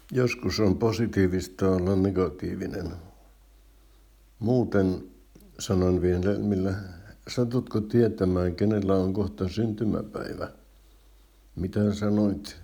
Joskus on positiivista olla negatiivinen. Muuten sanon Vilhelmille, satutko tietämään, kenellä on kohta syntymäpäivä? Mitä sanoit?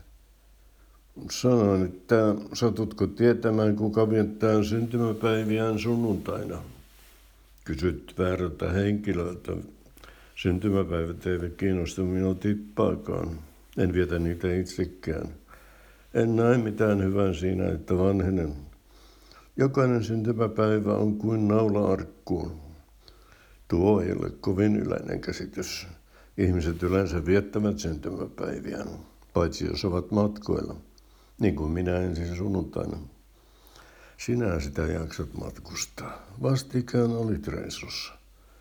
Sanoin, että satutko tietämään, kuka viettää syntymäpäiviään sunnuntaina? Kysyt väärältä henkilöltä. Syntymäpäivät eivät kiinnosta minua tippaakaan. En vietä niitä itsekään. En näe mitään hyvää siinä, että vanhenen. Jokainen syntymäpäivä on kuin naula arkkuun. Tuo ei ole kovin yleinen käsitys. Ihmiset yleensä viettävät syntymäpäiviään, paitsi jos ovat matkoilla, niin kuin minä ensin sunnuntaina. Sinä sitä jaksat matkustaa. Vastikään olit reissussa.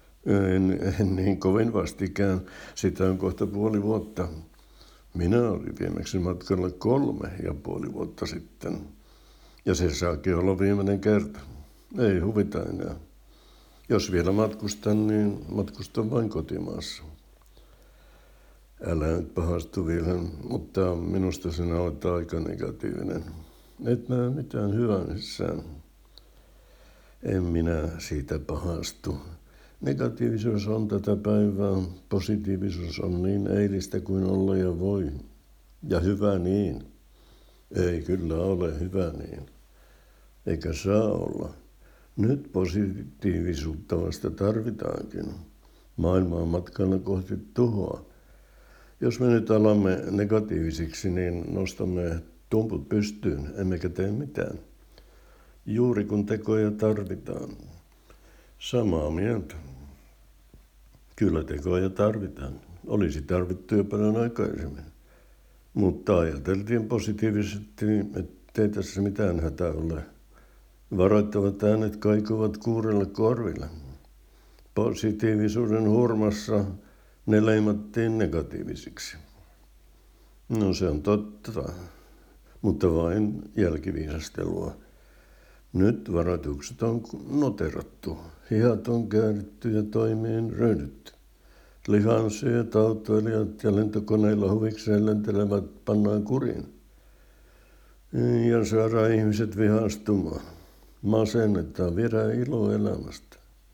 En niin kovin vastikään. Sitä on kohta puoli vuotta. Minä olin viimeksi matkalla 3,5 vuotta sitten. Ja se saakin olla viimeinen kerta. Ei huvita enää. Jos vielä matkustan, niin matkustan vain kotimaassa. Älä nyt pahastu Vilhelm, mutta minusta sinä olet aika negatiivinen. Et näe mitään hyvää missään. En minä siitä pahastu. Negatiivisuus on tätä päivää, positiivisuus on niin eilistä kuin olla ja voi. Ja hyvä niin. Ei kyllä ole hyvä niin. Eikä saa olla. Nyt positiivisuutta vasta tarvitaankin. Maailma on matkalla kohti tuhoa. Jos me nyt alamme negatiivisiksi, niin nostamme tumput pystyyn, emmekä tee mitään. Juuri kun tekoja tarvitaan. Samaa mieltä. Kyllä tekoja tarvitaan. Olisi tarvittu jo paljon aikaisemmin. Mutta ajateltiin positiivisesti, ettei tässä mitään hätää ole. Varoittavat äänet kaikuvat kuurelle korville. Positiivisuuden hurmassa ne leimattiin negatiivisiksi. No se on totta, mutta vain jälkiviisastelua. Nyt varoitukset on noterattu, hihat on kääritty ja toimiin ryhdytty. Lihansyöt, autoilijat ja lentokoneilla huvikseen lentelevät pannaan kuriin. Ja saadaan ihmiset vihastumaan. Masennetaan, viedään ilo elämästä.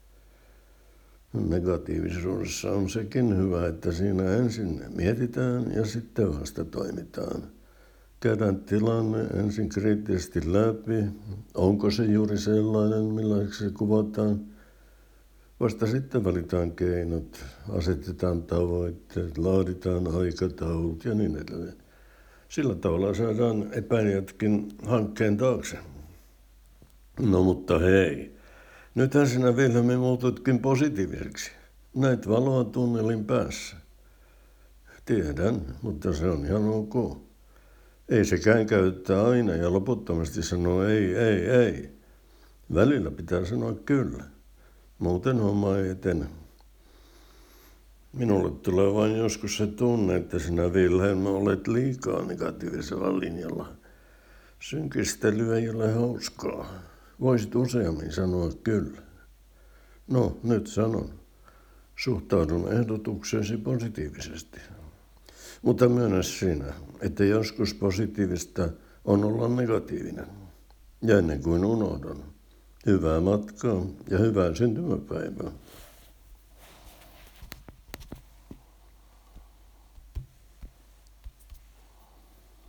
Negatiivisuudessa on sekin hyvä, että siinä ensin mietitään ja sitten vasta toimitaan. Käydään tilanne ensin kriittisesti läpi. Onko se juuri sellainen, millaiseksi se kuvataan? Vasta sitten valitaan keinot, asetetaan tavoitteet, laaditaan aikataulut ja niin edelleen. Sillä tavalla saadaan epäilijätkin hankkeen taakse. No mutta hei, nythän sinä Vilhelmi muututkin positiiviseksi. Näet valoa tunnelin päässä. Tiedän, mutta se on ihan ok. Ei sekään käyttää aina ja loputtomasti sanoo ei. Välillä pitää sanoa kyllä. Muuten homma ei etene. Minulle tulee vain joskus se tunne, että sinä Vilhelm olet liikaa negatiivisella linjalla. Synkistely ei ole hauskaa. Voisit useammin sanoa kyllä. No, nyt sanon. Suhtaudun ehdotukseesi positiivisesti. Mutta myönnä sinä, että joskus positiivista on olla negatiivinen. Ja ennen kuin unohdan, hyvää matkaa ja hyvää syntymäpäivää.